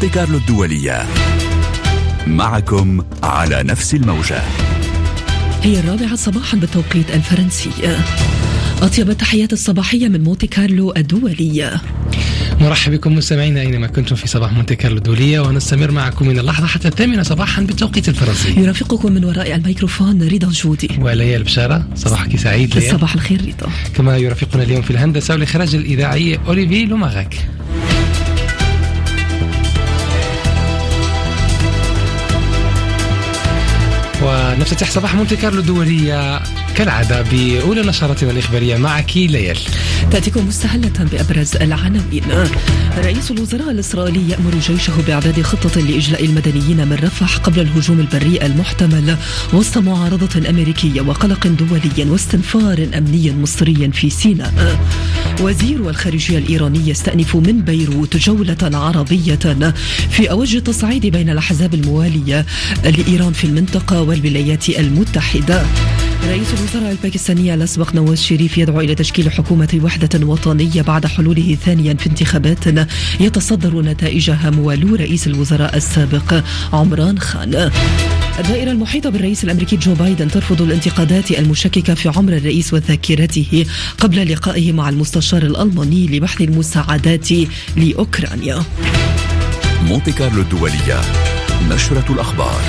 مونتي كارلو الدولية، معكم على نفس الموجة. هي 4 صباحا بالتوقيت الفرنسي. أطيب التحيات الصباحية من مونتي كارلو الدولية. مرحبا بكم مستمعينا أينما كنتم في صباح مونتي كارلو الدولية، ونستمر معكم من اللحظة حتى 8 صباحا بالتوقيت الفرنسي. يرافقكم من وراء الميكروفون رضا جودي وليال بشارة. صباحك سعيد ليال. صباح الخير رضا. كما يرافقنا اليوم في الهندسة والإخراج الإذاعي أوليفي لوماغاك. ونفتتح صباح مونتي كارلو الدولية كالعادة بأولى نشراتنا الإخبارية معك ليال. تأتيكم مستهلة بأبرز العناوين. رئيس الوزراء الإسرائيلي يأمر جيشه بإعداد خطة لإجلاء المدنيين من رفح قبل الهجوم البري المحتمل وسط معارضة أمريكية وقلق دولي واستنفار أمني مصري في سيناء. وزير الخارجية الإيراني يستأنف من بيروت جولة عربية في أوج التصعيد بين الأحزاب الموالية لإيران في المنطقة والولايات المتحدة. رئيس الوزراء الباكستاني الأسبق نواز شريف يدعو إلى تشكيل حكومة وحدة وطنية بعد حلوله ثانيا في انتخابات يتصدر نتائجها موالو رئيس الوزراء السابق عمران خان. الدائرة المحيطة بالرئيس الأمريكي جو بايدن ترفض الانتقادات المشككة في عمر الرئيس وذاكرته قبل لقائه مع المستشار الألماني لبحث المساعدات لأوكرانيا. مونتي كارلو الدولية، نشرة الأخبار.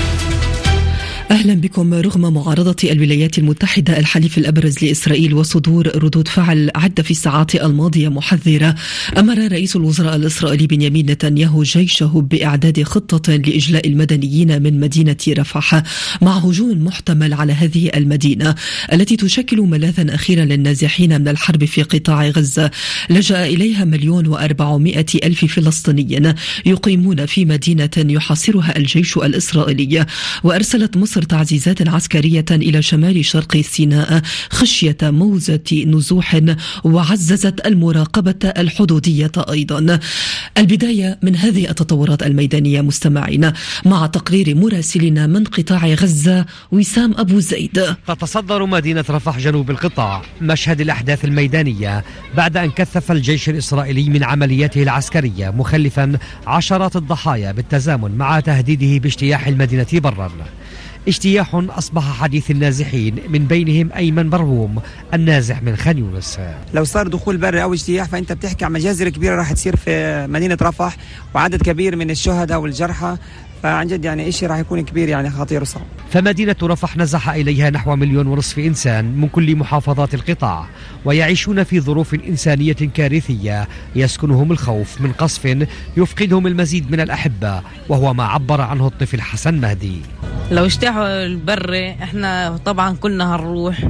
أهلا بكم. رغم معارضة الولايات المتحدة الحليف الأبرز لإسرائيل وصدور ردود فعل عدة في الساعات الماضية محذرة، أمر رئيس الوزراء الإسرائيلي بنيامين نتنياهو جيشه بإعداد خطة لإجلاء المدنيين من مدينة رفح مع هجوم محتمل على هذه المدينة التي تشكل ملاذا أخيرا للنازحين من الحرب في قطاع غزة. لجأ إليها 1,400,000 فلسطيني يقيمون في مدينة يحاصرها الجيش الإسرائيلي. وأرسلت مصر تعزيزات عسكرية إلى شمال شرق سيناء خشية موجة نزوح، وعززت المراقبة الحدودية أيضا. البداية من هذه التطورات الميدانية مستمعين مع تقرير مراسلنا من قطاع غزة وسام أبو زيد. تتصدر مدينة رفح جنوب القطاع مشهد الأحداث الميدانية بعد أن كثف الجيش الإسرائيلي من عملياته العسكرية، مخلفا عشرات الضحايا بالتزامن مع تهديده باجتياح المدينة برا. اجتياح أصبح حديث النازحين، من بينهم أيمن برهوم النازح من خان يونس. لو صار دخول بري أو اجتياح فأنت بتحكي عن مجازر كبيرة راح تصير في مدينة رفح، وعدد كبير من الشهداء والجرحى، فعن جد يعني إشي راح يكون كبير، يعني خطير وصعب. فمدينة رفح نزح إليها نحو 1.5 مليون إنسان من كل محافظات القطاع، ويعيشون في ظروف إنسانية كارثية يسكنهم الخوف من قصف يفقدهم المزيد من الأحبة، وهو ما عبر عنه الطفل حسن مهدي. لو اجتاحوا البر احنا طبعا كلنا هنروح،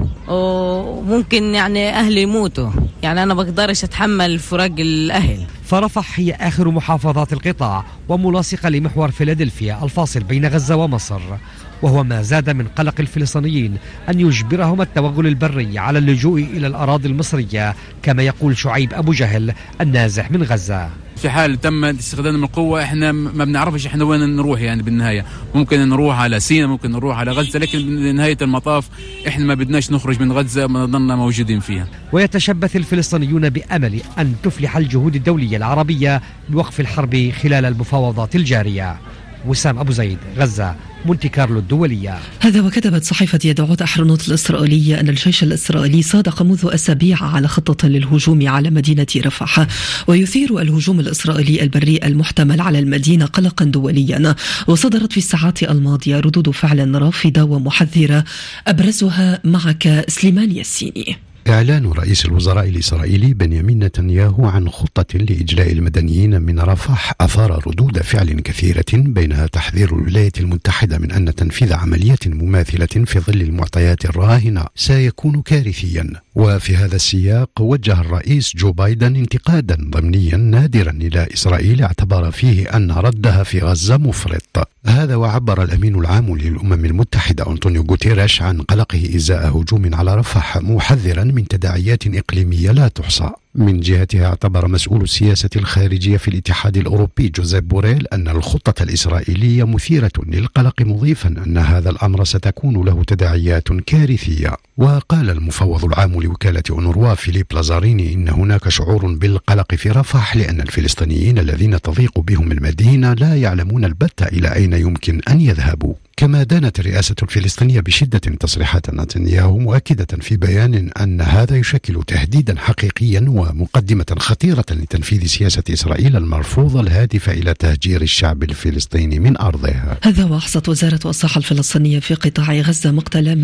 وممكن يعني اهلي يموتوا، يعني انا بقدرش اتحمل فراق الاهل. فرفح هي آخر محافظات القطاع وملاصقة لمحور فيلادلفيا الفاصل بين غزة ومصر، وهو ما زاد من قلق الفلسطينيين أن يجبرهم التوغل البري على اللجوء إلى الأراضي المصرية، كما يقول شعيب أبو جهل النازح من غزة. في حال تم استخدام القوة احنا ما بنعرفش احنا وين نروح، يعني بالنهاية ممكن نروح على سيناء، ممكن نروح على غزة، لكن بنهاية المطاف احنا ما بدناش نخرج من غزة، ما ضلنا موجودين فيها. ويتشبث الفلسطينيون بأمل أن تفلح الجهود الدولية العربية بوقف الحرب خلال المفاوضات الجارية. وسام أبو زيد، غزة، مونتي كارلو الدولية. هذا وكتبت صحيفة يدعوت أحرنوت الإسرائيلية أن الجيش الإسرائيلي صادق منذ أسابيع على خطة للهجوم على مدينة رفح، ويثير الهجوم الإسرائيلي البري المحتمل على المدينة قلقا دوليا. وصدرت في الساعات الماضية ردود فعل رافضة ومحذرة، أبرزها معك سليمان ياسيني. إعلان رئيس الوزراء الإسرائيلي بنيامين نتنياهو عن خطة لإجلاء المدنيين من رفح أثار ردود فعل كثيرة، بينها تحذير الولايات المتحدة من أن تنفيذ عملية مماثلة في ظل المعطيات الراهنة سيكون كارثيا. وفي هذا السياق وجه الرئيس جو بايدن انتقادا ضمنيا نادرا إلى إسرائيل، اعتبر فيه أن ردها في غزة مفرط. هذا وعبر الأمين العام للأمم المتحدة أنطونيو غوتيريش عن قلقه إزاء هجوم على رفح، محذرا من تداعيات إقليمية لا تحصى. من جهته اعتبر مسؤول السياسة الخارجية في الاتحاد الأوروبي جوزيف بوريل أن الخطة الإسرائيلية مثيرة للقلق، مضيفا أن هذا الأمر ستكون له تداعيات كارثية. وقال المفوض العام لوكالة أونروا فيليب لازاريني إن هناك شعور بالقلق في رفح، لأن الفلسطينيين الذين تضيق بهم المدينة لا يعلمون البتة إلى أين يمكن أن يذهبوا. كما دانت الرئاسة الفلسطينية بشدة تصريحات نتنياهو، مؤكدة في بيان أن هذا يشكل تهديدا حقيقيا ومقدمة خطيرة لتنفيذ سياسة إسرائيل المرفوضة الهادفة إلى تهجير الشعب الفلسطيني من أرضه. هذا وأحصت وزارة الصحة الفلسطينية في قطاع غزة مقتل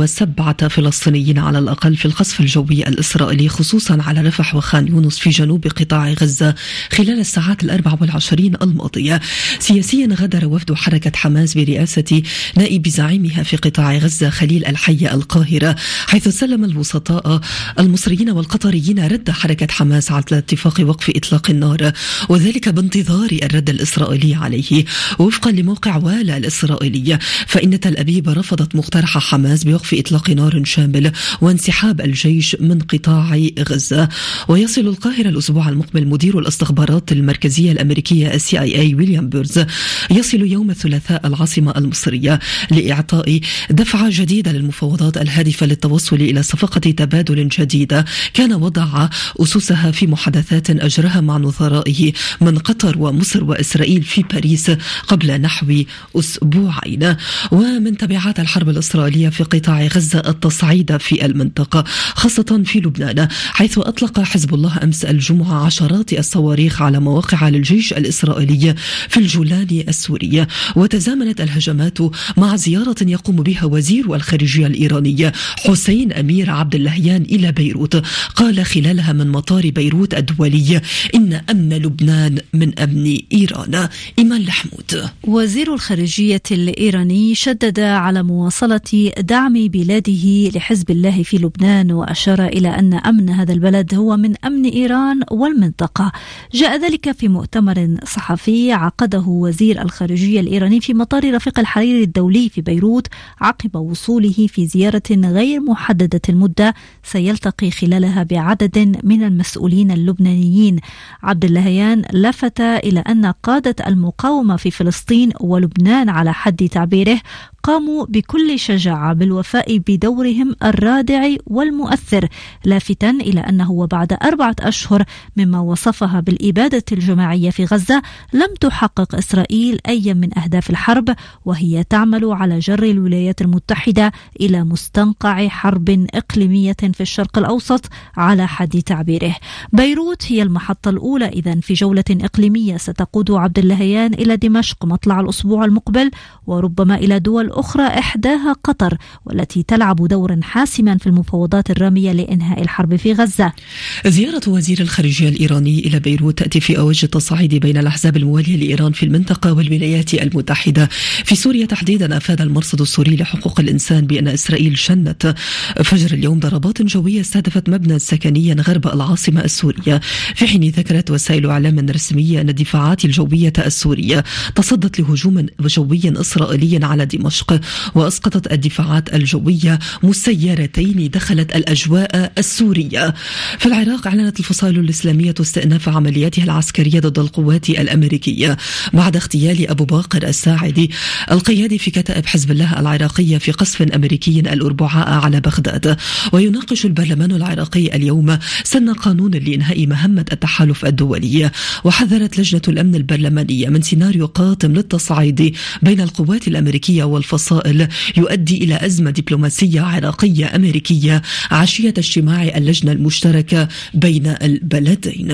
107 فلسطينيين على الأقل في القصف الجوي الإسرائيلي، خصوصا على رفح وخان يونس في جنوب قطاع غزة خلال الساعات 24 الماضية. سياسيا غادر وفد حركة حماس برئاسة نائب زعيمها في قطاع غزة خليل الحي القاهرة، حيث سلم الوسطاء المصريين والقطريين رد حركة حماس على اتفاق وقف إطلاق النار، وذلك بانتظار الرد الإسرائيلي عليه. وفقا لموقع والا الإسرائيلي، فإن تل أبيب رفضت مقترح حماس بوقف إطلاق نار شامل وانسحاب الجيش من قطاع غزة. ويصل القاهرة الأسبوع المقبل مدير الاستخبارات المركزية الأمريكية CIA ويليام بيرز، يصل يوم الثلاثاء العاصمة المصرية لإعطاء دفعة جديدة للمفاوضات الهادفة للتوصل إلى صفقة تبادل جديدة كان وضع أسسها في محادثات أجرها مع نظرائه من قطر ومصر وإسرائيل في باريس قبل نحو أسبوعين. ومن تبعات الحرب الإسرائيلية في قطاع غزة التصعيد في المنطقة، خاصة في لبنان، حيث أطلق حزب الله أمس الجمعة عشرات الصواريخ على مواقع للجيش الإسرائيلي في الجولان السوري. وتزامنت الهجمات مع زيارة يقوم بها وزير الخارجية الإيراني حسين أمير عبد اللهيان إلى بيروت، قال خلالها من مطار بيروت الدولي إن أمن لبنان من أمن إيران. إيمان لحمود. وزير الخارجية الإيراني شدد على مواصلة دعم بلاده لحزب الله في لبنان، وأشار إلى أن أمن هذا البلد هو من أمن إيران والمنطقة. جاء ذلك في مؤتمر صحفي عقده وزير الخارجية الإيراني في مطار رفيق الحريري الدولي في بيروت عقب وصوله في زيارة غير محددة المدة سيلتقي خلالها بعدد من المسؤولين اللبنانيين. عبد اللهيان لفت إلى أن قادة المقاومة في فلسطين ولبنان على حد تعبيره قاموا بكل شجاعة بالوفاء بدورهم الرادع والمؤثر، لافتا إلى أنه وبعد 4 أشهر مما وصفها بالإبادة الجماعية في غزة لم تحقق إسرائيل أي من أهداف الحرب، وهي تعمل على جر الولايات المتحدة إلى مستنقع حرب إقليمية في الشرق الأوسط على حد تعبيره. بيروت هي المحطة الأولى إذن في جولة إقليمية ستقود عبد اللهيان إلى دمشق مطلع الأسبوع المقبل، وربما إلى دول أخرى إحداها قطر، والتي تلعب دورا حاسما في المفاوضات الرامية لإنهاء الحرب في غزة. زيارة وزير الخارجية الإيراني إلى بيروت تأتي في أوج التصعيد بين الأحزاب الموالية لإيران في المنطقة والولايات المتحدة. في سوريا تحديدا، أفاد المرصد السوري لحقوق الإنسان بأن إسرائيل شنت فجر اليوم ضربات جوية استهدفت مبنى سكنيا غرب العاصمة السورية، في حين ذكرت وسائل إعلام رسمية أن الدفاعات الجوية السورية تصدت لهجوم جوي إسرائيلي على دمشق، وأسقطت الدفاعات الجوية مسيرتين دخلت الأجواء السورية. في العراق، أعلنت الفصائل الإسلامية استئناف عملياتها العسكرية ضد القوات الأمريكية بعد اغتيال أبو باقر الساعدي القيادي في كتائب حزب الله العراقية في قصف أمريكي الأربعاء على بغداد. ويناقش البرلمان العراقي اليوم سن قانون لإنهاء مهمة التحالف الدولي. وحذرت لجنة الأمن البرلمانية من سيناريو قاتم للتصعيد بين القوات الأمريكية والفصائل يؤدي إلى أزمة دبلوماسية عراقية أمريكية عشية اجتماع اللجنة المشتركة بين البلدين.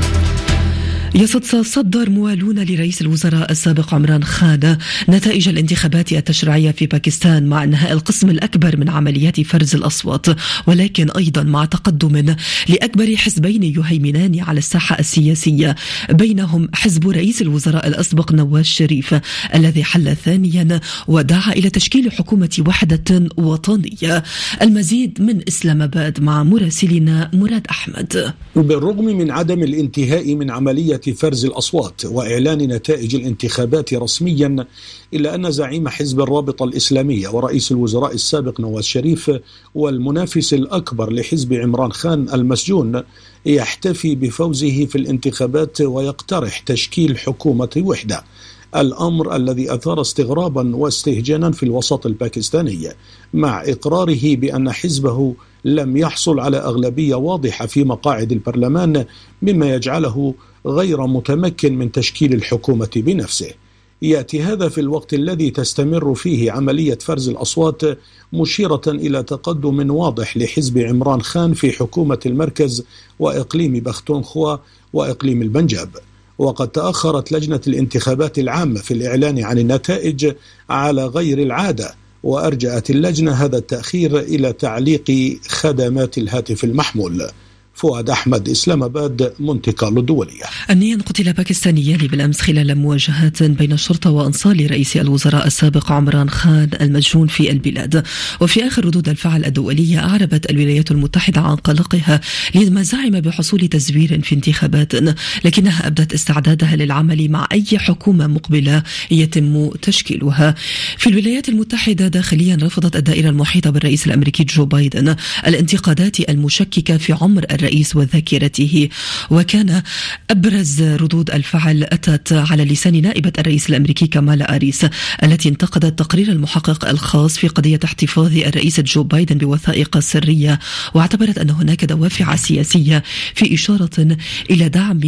يتصدر موالون لرئيس الوزراء السابق عمران خان نتائج الانتخابات التشريعية في باكستان مع انهاء القسم الأكبر من عمليات فرز الأصوات، ولكن أيضا مع تقدم لأكبر حزبين يهيمنان على الساحة السياسية، بينهم حزب رئيس الوزراء الأسبق نواز شريف الذي حل ثانيا ودعا إلى تشكيل حكومة وحدة وطنية. المزيد من إسلام آباد مع مراسلنا مراد أحمد. بالرغم من عدم الانتهاء من عملية عملية فرز الأصوات وإعلان نتائج الانتخابات رسميا، إلا أن زعيم حزب الرابطة الإسلامية ورئيس الوزراء السابق نواز شريف والمنافس الأكبر لحزب عمران خان المسجون يحتفي بفوزه في الانتخابات ويقترح تشكيل حكومة وحدة، الأمر الذي أثار استغرابا واستهجانا في الوسط الباكستاني، مع إقراره بأن حزبه لم يحصل على أغلبية واضحة في مقاعد البرلمان، مما يجعله غير متمكن من تشكيل الحكومة بنفسه. يأتي هذا في الوقت الذي تستمر فيه عملية فرز الأصوات، مشيرة إلى تقدم واضح لحزب عمران خان في حكومة المركز وإقليم بختونخوا وإقليم البنجاب. وقد تأخرت لجنة الانتخابات العامة في الإعلان عن النتائج على غير العادة، وأرجأت اللجنة هذا التأخير إلى تعليق خدمات الهاتف المحمول. فؤاد أحمد، إسلام آباد، مونتي كارلو الدولية. أمنيا قتل باكستانيان بالأمس خلال مواجهات بين الشرطة وأنصار رئيس الوزراء السابق عمران خان المسجون في البلاد. وفي آخر ردود الفعل الدولية أعربت الولايات المتحدة عن قلقها لما زعم بحصول تزوير في انتخابات، لكنها أبدت استعدادها للعمل مع أي حكومة مقبلة يتم تشكيلها. في الولايات المتحدة داخليا رفضت الدائرة المحيطة بالرئيس الأمريكي جو بايدن الانتقادات المشككة في عمر الرئيس وذاكرته. وكان أبرز ردود الفعل أتت على لسان نائبة الرئيس الأمريكي كامالا هاريس، التي انتقدت تقرير المحقق الخاص في قضية احتفاظ الرئيس جو بايدن بوثائق سرية، واعتبرت أن هناك دوافع سياسية في إشارة إلى دعم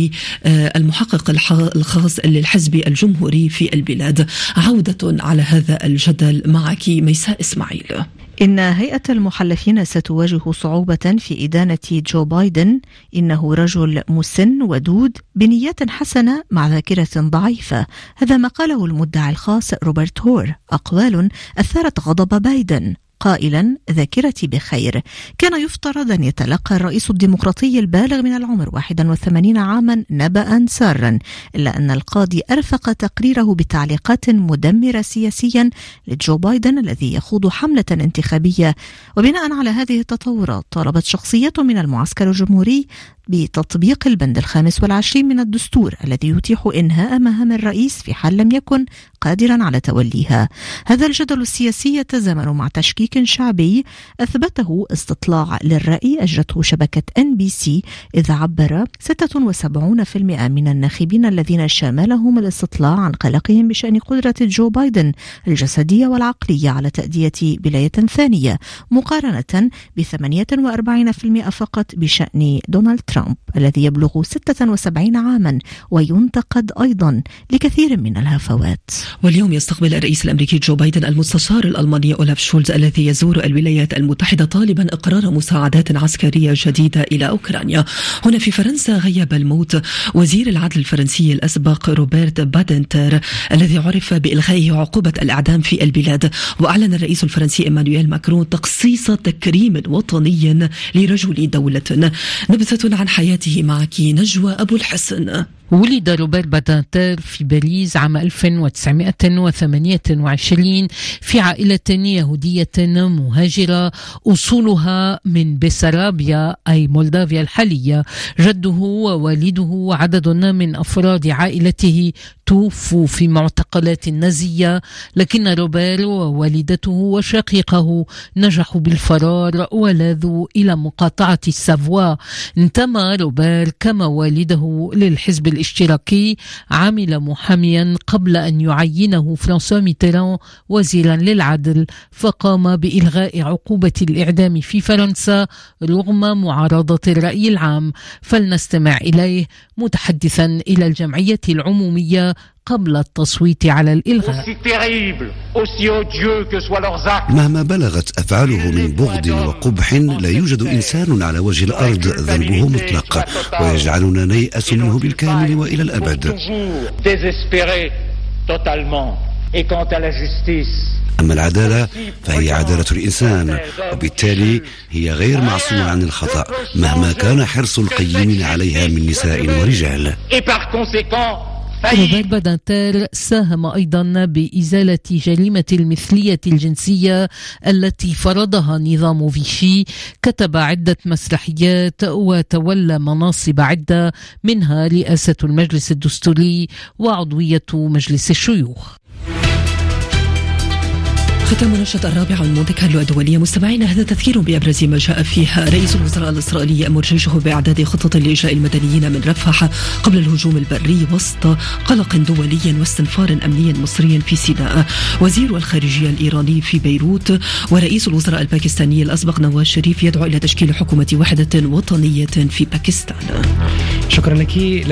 المحقق الخاص للحزب الجمهوري في البلاد. عودة على هذا الجدل معك ميساء إسماعيل. إن هيئة المحلفين ستواجه صعوبة في إدانة جو بايدن. إنه رجل مسن ودود بنيات حسنة مع ذاكرة ضعيفة، هذا ما قاله المدعي الخاص روبرت هور، أقوال أثارت غضب بايدن قائلا ذاكرتي بخير. كان يفترض أن يتلقى الرئيس الديمقراطي البالغ من العمر 81 عاما نبأ سارا، إلا أن القاضي أرفق تقريره بتعليقات مدمرة سياسيا لجو بايدن الذي يخوض حملة انتخابية. وبناء على هذه التطورات طالبت شخصية من المعسكر الجمهوري بتطبيق البند 25 من الدستور الذي يتيح إنهاء مهام الرئيس في حال لم يكن قادرا على توليها. هذا الجدل السياسي يتزامن مع تشكيك شعبي أثبته استطلاع للرأي أجرته شبكة NBC، إذ عبر 76% من الناخبين الذين شاملهم الاستطلاع عن قلقهم بشأن قدرة جو بايدن الجسدية والعقلية على تأدية ولاية ثانية، مقارنة ب48% فقط بشأن دونالد ترامب الذي يبلغ 76 عاما وينتقد أيضا لكثير من الهفوات. واليوم يستقبل الرئيس الأمريكي جو بايدن المستشار الألماني أولاف شولز الذي يزور الولايات المتحدة طالبا إقرار مساعدات عسكرية جديدة إلى أوكرانيا. هنا في فرنسا غيب الموت وزير العدل الفرنسي الأسبق روبرت بادنتر الذي عرف بإلغاء عقوبة الإعدام في البلاد. وأعلن الرئيس الفرنسي إيمانويل ماكرون تخصيص تكريم وطني لرجل دولة. نبذة عن حياته معك نجوى أبو الحسن. ولد روبرت بادنتر في باريس عام 1928 في عائلة يهودية مهاجرة أصولها من بسرابيا أي مولدافيا الحالية. جده ووالده وعدد من أفراد عائلته توفوا في معتقلات النازية، لكن روبير ووالدته وشقيقه نجحوا بالفرار ولاذوا إلى مقاطعة السافوا. انتمى روبير كما والده للحزب الاشتراكي، عمل محاميا قبل أن يعينه فرانسوا ميتيران وزيرا للعدل، فقام بإلغاء عقوبة الإعدام في فرنسا رغم معارضة الرأي العام. فلنستمع إليه متحدثا إلى الجمعية العمومية قبل التصويت على الإلغاء. مهما بلغت أفعاله من بغض وقبح، لا يوجد إنسان على وجه الأرض ذنبه مطلق ويجعلنا نيأس منه بالكامل وإلى الأبد. أما العدالة فهي عدالة الإنسان، وبالتالي هي غير معصومة عن الخطأ مهما كان حرص القيمين عليها من نساء ورجال. روبرت بادانتر ساهم أيضا بإزالة جريمة المثلية الجنسية التي فرضها نظام فيشي، كتب عدة مسرحيات وتولى مناصب عدة منها رئاسة المجلس الدستوري وعضوية مجلس الشيوخ. ختام نشرة الرابعة من مونتي كارلو الدولية. مستمعين، هذا تذكير بأبرز ما جاء فيه. رئيس الوزراء الإسرائيلي يأمر جيشه بإعداد خطة لإجلاء المدنيين من رفح قبل الهجوم البري وسط قلق دولي واستنفار أمني مصري في سيناء. وزير الخارجية الإيراني في بيروت ورئيس الوزراء الباكستاني الأسبق نواز شريف يدعو إلى تشكيل حكومة وحدة وطنية في باكستان. شكرا لك.